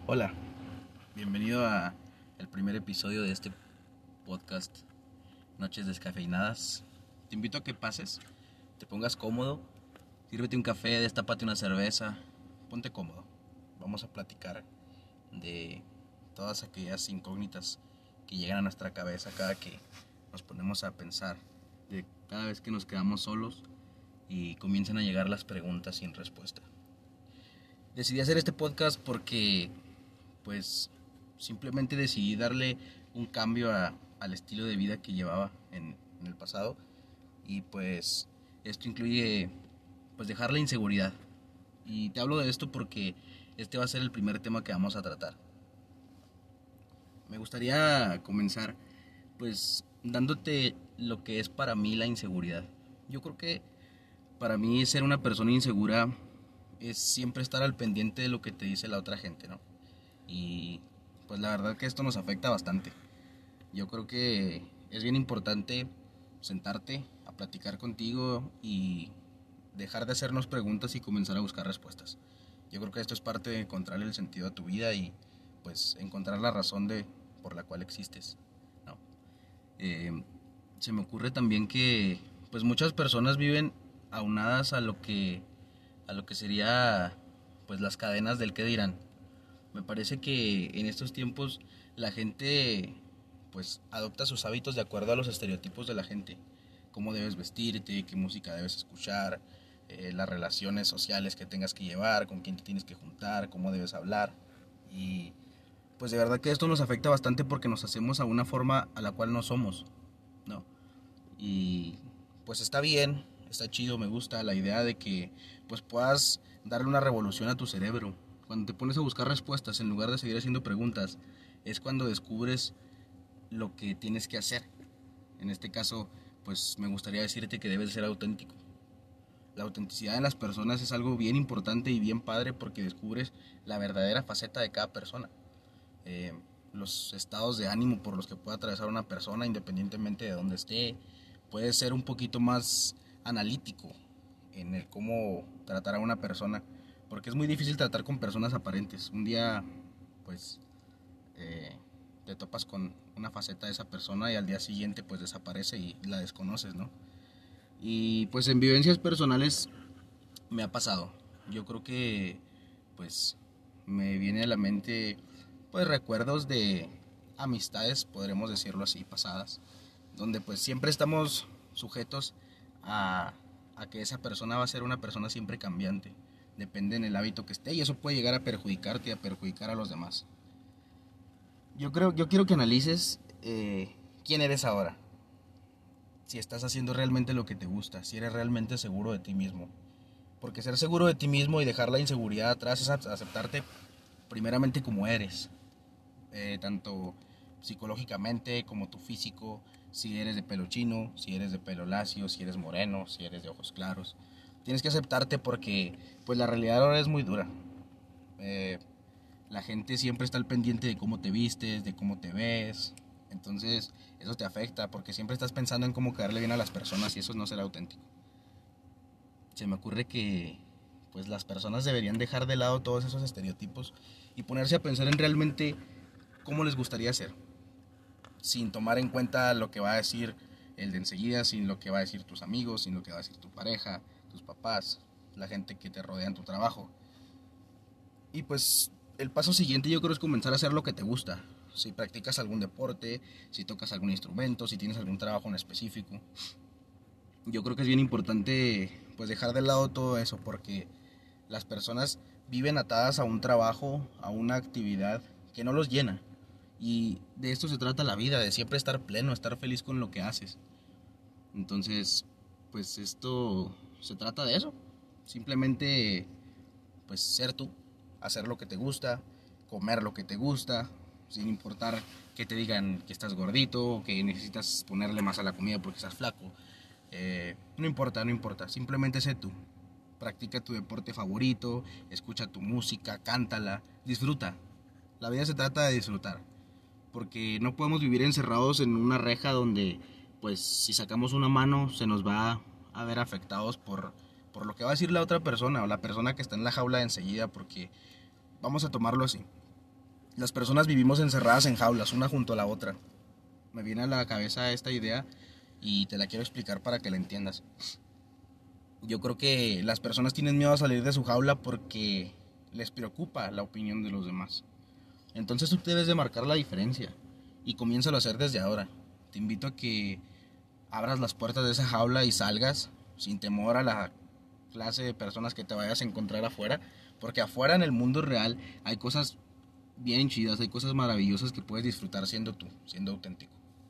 Hola, bienvenido a el primer episodio de este podcast Noches Descafeinadas. Te invito a que pases, te pongas cómodo, sírvete un café, destápate una cerveza, ponte cómodo. Vamos a platicar de todas aquellas incógnitas que llegan a nuestra cabeza cada que nos ponemos a pensar, de cada vez que nos quedamos solos y comienzan a llegar las preguntas sin respuesta. Decidí hacer este podcast porque pues simplemente decidí darle un cambio al estilo de vida que llevaba en el pasado, y pues esto incluye pues dejar la inseguridad. Y te hablo de esto porque este va a ser el primer tema que vamos a tratar. Me gustaría comenzar pues dándote lo que es para mí la inseguridad. Yo creo que para mí ser una persona insegura es siempre estar al pendiente de lo que te dice la otra gente, ¿no? Y pues la verdad que esto nos afecta bastante. Yo creo que es bien importante sentarte a platicar contigo y dejar de hacernos preguntas y comenzar a buscar respuestas. Yo creo que esto es parte de encontrar el sentido a tu vida y pues encontrar la razón por la cual existes, ¿no? Eh, Se me ocurre también que pues muchas personas viven aunadas a lo que sería pues las cadenas del qué dirán. Me parece que en estos tiempos la gente pues adopta sus hábitos de acuerdo a los estereotipos de la gente. Cómo debes vestirte, qué música debes escuchar, las relaciones sociales que tengas que llevar, con quién te tienes que juntar, cómo debes hablar. Y pues de verdad que esto nos afecta bastante porque nos hacemos a una forma a la cual no somos, ¿no? Y pues está bien, está chido, me gusta la idea de que pues puedas darle una revolución a tu cerebro. Cuando te pones a buscar respuestas en lugar de seguir haciendo preguntas, es cuando descubres lo que tienes que hacer. En este caso, pues me gustaría decirte que debes ser auténtico. La autenticidad en las personas es algo bien importante y bien padre porque descubres la verdadera faceta de cada persona. eh, los estados de ánimo por los que pueda atravesar una persona, independientemente de dónde esté. Puede ser un poquito más analítico en el cómo tratar a una persona, porque es muy difícil tratar con personas aparentes. Un día, pues, eh, te topas con una faceta de esa persona y al día siguiente, pues, desaparece y la desconoces, ¿no? Y pues en vivencias personales me ha pasado. Yo creo que pues me viene a la mente pues recuerdos de amistades, podremos decirlo así, pasadas, donde pues siempre estamos sujetos a, a que esa persona va a ser una persona siempre cambiante. Depende en el hábito que esté y eso puede llegar a perjudicarte y a perjudicar a los demás. Yo quiero que analices quién eres ahora, si estás haciendo realmente lo que te gusta, si eres realmente seguro de ti mismo. Porque ser seguro de ti mismo y dejar la inseguridad atrás es aceptarte primeramente como eres, tanto psicológicamente como tu físico, si eres de pelo chino, si eres de pelo lacio, si eres moreno, si eres de ojos claros. Tienes que aceptarte porque pues la realidad ahora es muy dura. Eh, la gente siempre está al pendiente de cómo te vistes, de cómo te ves. Entonces eso te afecta porque siempre estás pensando en cómo quedarle bien a las personas y eso es no ser auténtico. Se me ocurre que pues las personas deberían dejar de lado todos esos estereotipos y ponerse a pensar en realmente cómo les gustaría ser, sin tomar en cuenta lo que va a decir el de enseguida, sin lo que va a decir tus amigos, sin lo que va a decir tu pareja, tus papás, la gente que te rodea en tu trabajo. Y pues el paso siguiente yo creo es comenzar a hacer lo que te gusta. Si practicas algún deporte, si tocas algún instrumento, si tienes algún trabajo en específico. Yo creo que es bien importante pues dejar de lado todo eso porque las personas viven atadas a un trabajo, a una actividad que no los llena. Y de esto se trata la vida, de siempre estar pleno, estar feliz con lo que haces. Entonces, pues esto se trata de eso. Simplemente pues ser tú, hacer lo que te gusta, comer lo que te gusta, sin importar que te digan que estás gordito, que necesitas ponerle más a la comida porque estás flaco. No importa, no importa, simplemente sé tú. Practica tu deporte favorito, escucha tu música, cántala, disfruta. La vida se trata de disfrutar, porque no podemos vivir encerrados en una reja donde, pues, si sacamos una mano se nos va a ver afectados por lo que va a decir la otra persona o la persona que está en la jaula de enseguida, porque vamos a tomarlo así. Las personas vivimos encerradas en jaulas, una junto a la otra. Me viene a la cabeza esta idea y te la quiero explicar para que la entiendas. Yo creo que las personas tienen miedo a salir de su jaula porque les preocupa la opinión de los demás. Entonces tú debes de marcar la diferencia y comiénzalo a hacer desde ahora. Te invito a que abras las puertas de esa jaula y salgas sin temor a la clase de personas que te vayas a encontrar afuera, porque afuera en el mundo real hay cosas bien chidas, hay cosas maravillosas que puedes disfrutar siendo tú, siendo auténtico.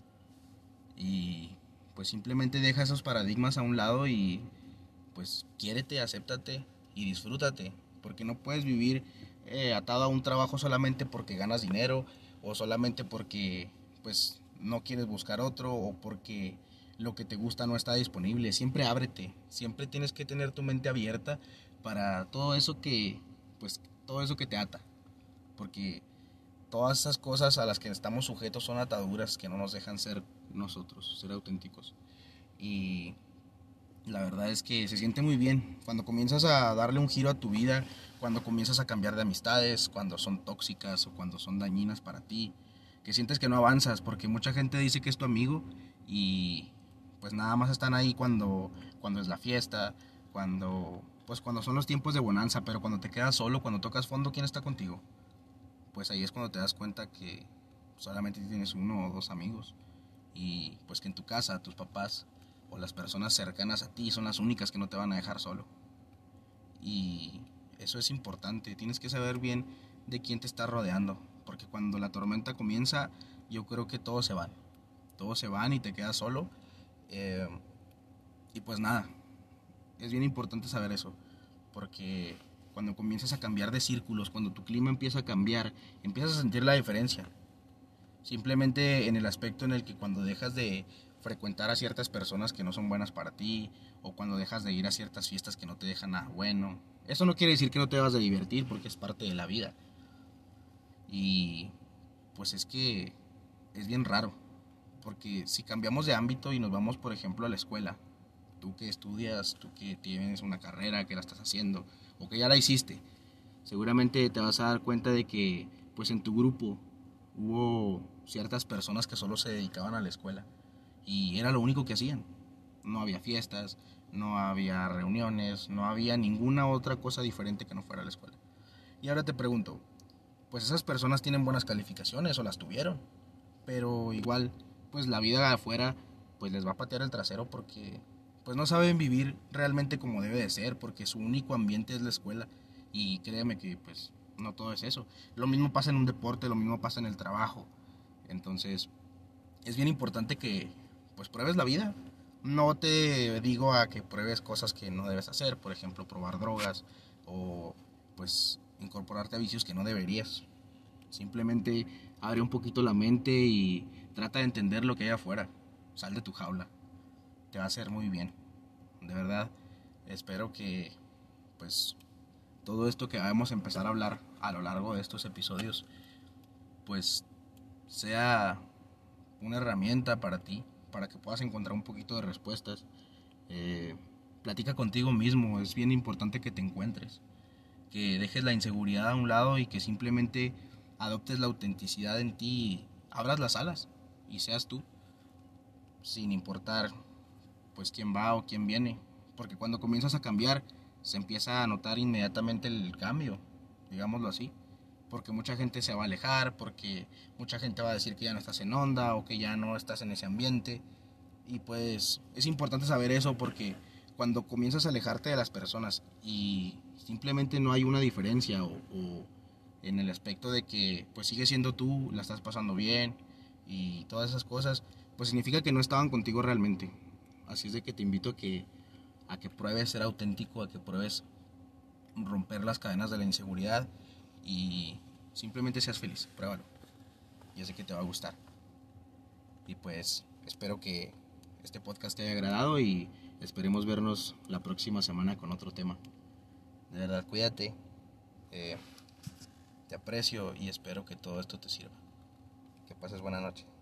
Y pues simplemente deja esos paradigmas a un lado y pues quiérete, acéptate y disfrútate, porque no puedes vivir atado a un trabajo solamente porque ganas dinero o solamente porque pues no quieres buscar otro o porque lo que te gusta no está disponible. Siempre ábrete, siempre tienes que tener tu mente abierta para todo eso que pues todo eso que te ata, porque todas esas cosas a las que estamos sujetos son ataduras que no nos dejan ser nosotros, ser auténticos. Y la verdad es que se siente muy bien cuando comienzas a darle un giro a tu vida, cuando comienzas a cambiar de amistades, cuando son tóxicas o cuando son dañinas para ti, que sientes que no avanzas, porque mucha gente dice que es tu amigo y pues nada más están ahí cuando es la fiesta, cuando son los tiempos de bonanza, pero cuando te quedas solo, cuando tocas fondo, ¿quién está contigo? Pues ahí es cuando te das cuenta que solamente tienes uno o dos amigos y pues que en tu casa tus papás o las personas cercanas a ti son las únicas que no te van a dejar solo. Y eso es importante, tienes que saber bien de quién te está rodeando, porque cuando la tormenta comienza, yo creo que todos se van y te quedas solo. eh, y pues nada, es bien importante saber eso, porque cuando comienzas a cambiar de círculos, cuando tu clima empieza a cambiar, empiezas a sentir la diferencia. Simplemente en el aspecto en el que cuando dejas de frecuentar a ciertas personas que no son buenas para ti, o cuando dejas de ir a ciertas fiestas que no te dejan nada bueno. Eso no quiere decir que no te vas a divertir, porque es parte de la vida. Y pues es que es bien raro, porque si cambiamos de ámbito y nos vamos, por ejemplo, a la escuela, tú que estudias, tú que tienes una carrera, que la estás haciendo, o que ya la hiciste, seguramente te vas a dar cuenta de que pues en tu grupo hubo ciertas personas que solo se dedicaban a la escuela y era lo único que hacían. No había fiestas, no había reuniones, no había ninguna otra cosa diferente que no fuera la escuela. Y ahora te pregunto, pues esas personas tienen buenas calificaciones o las tuvieron, pero igual pues la vida afuera pues les va a patear el trasero porque pues no saben vivir realmente como debe de ser, porque su único ambiente es la escuela. Y créeme que pues no todo es eso. Lo mismo pasa en un deporte, lo mismo pasa en el trabajo. Entonces es bien importante que pues pruebes la vida. No te digo a que pruebes cosas que no debes hacer, por ejemplo probar drogas o pues incorporarte a vicios que no deberías. Simplemente abre un poquito la mente y trata de entender lo que hay afuera. Sal de tu jaula, te va a hacer muy bien. De verdad, espero que pues todo esto que vamos a empezar a hablar a lo largo de estos episodios pues sea una herramienta para ti, para que puedas encontrar un poquito de respuestas. Platica contigo mismo, es bien importante que te encuentres, que dejes la inseguridad a un lado y que simplemente adoptes la autenticidad en ti y abras las alas y seas tú, sin importar pues quién va o quién viene, porque cuando comienzas a cambiar se empieza a notar inmediatamente el cambio, digámoslo así, porque mucha gente se va a alejar, porque mucha gente va a decir que ya no estás en onda o que ya no estás en ese ambiente. Y pues es importante saber eso porque cuando comienzas a alejarte de las personas y simplemente no hay una diferencia o en el aspecto de que pues sigues siendo tú, la estás pasando bien y todas esas cosas, pues significa que no estaban contigo realmente. Así es de que te invito a que pruebes ser auténtico, a que pruebes romper las cadenas de la inseguridad y simplemente seas feliz, pruébalo. Yo sé que te va a gustar. Y pues espero que este podcast te haya agradado y esperemos vernos la próxima semana con otro tema. De verdad, cuídate, eh, te aprecio y espero que todo esto te sirva. Que pases buena noche.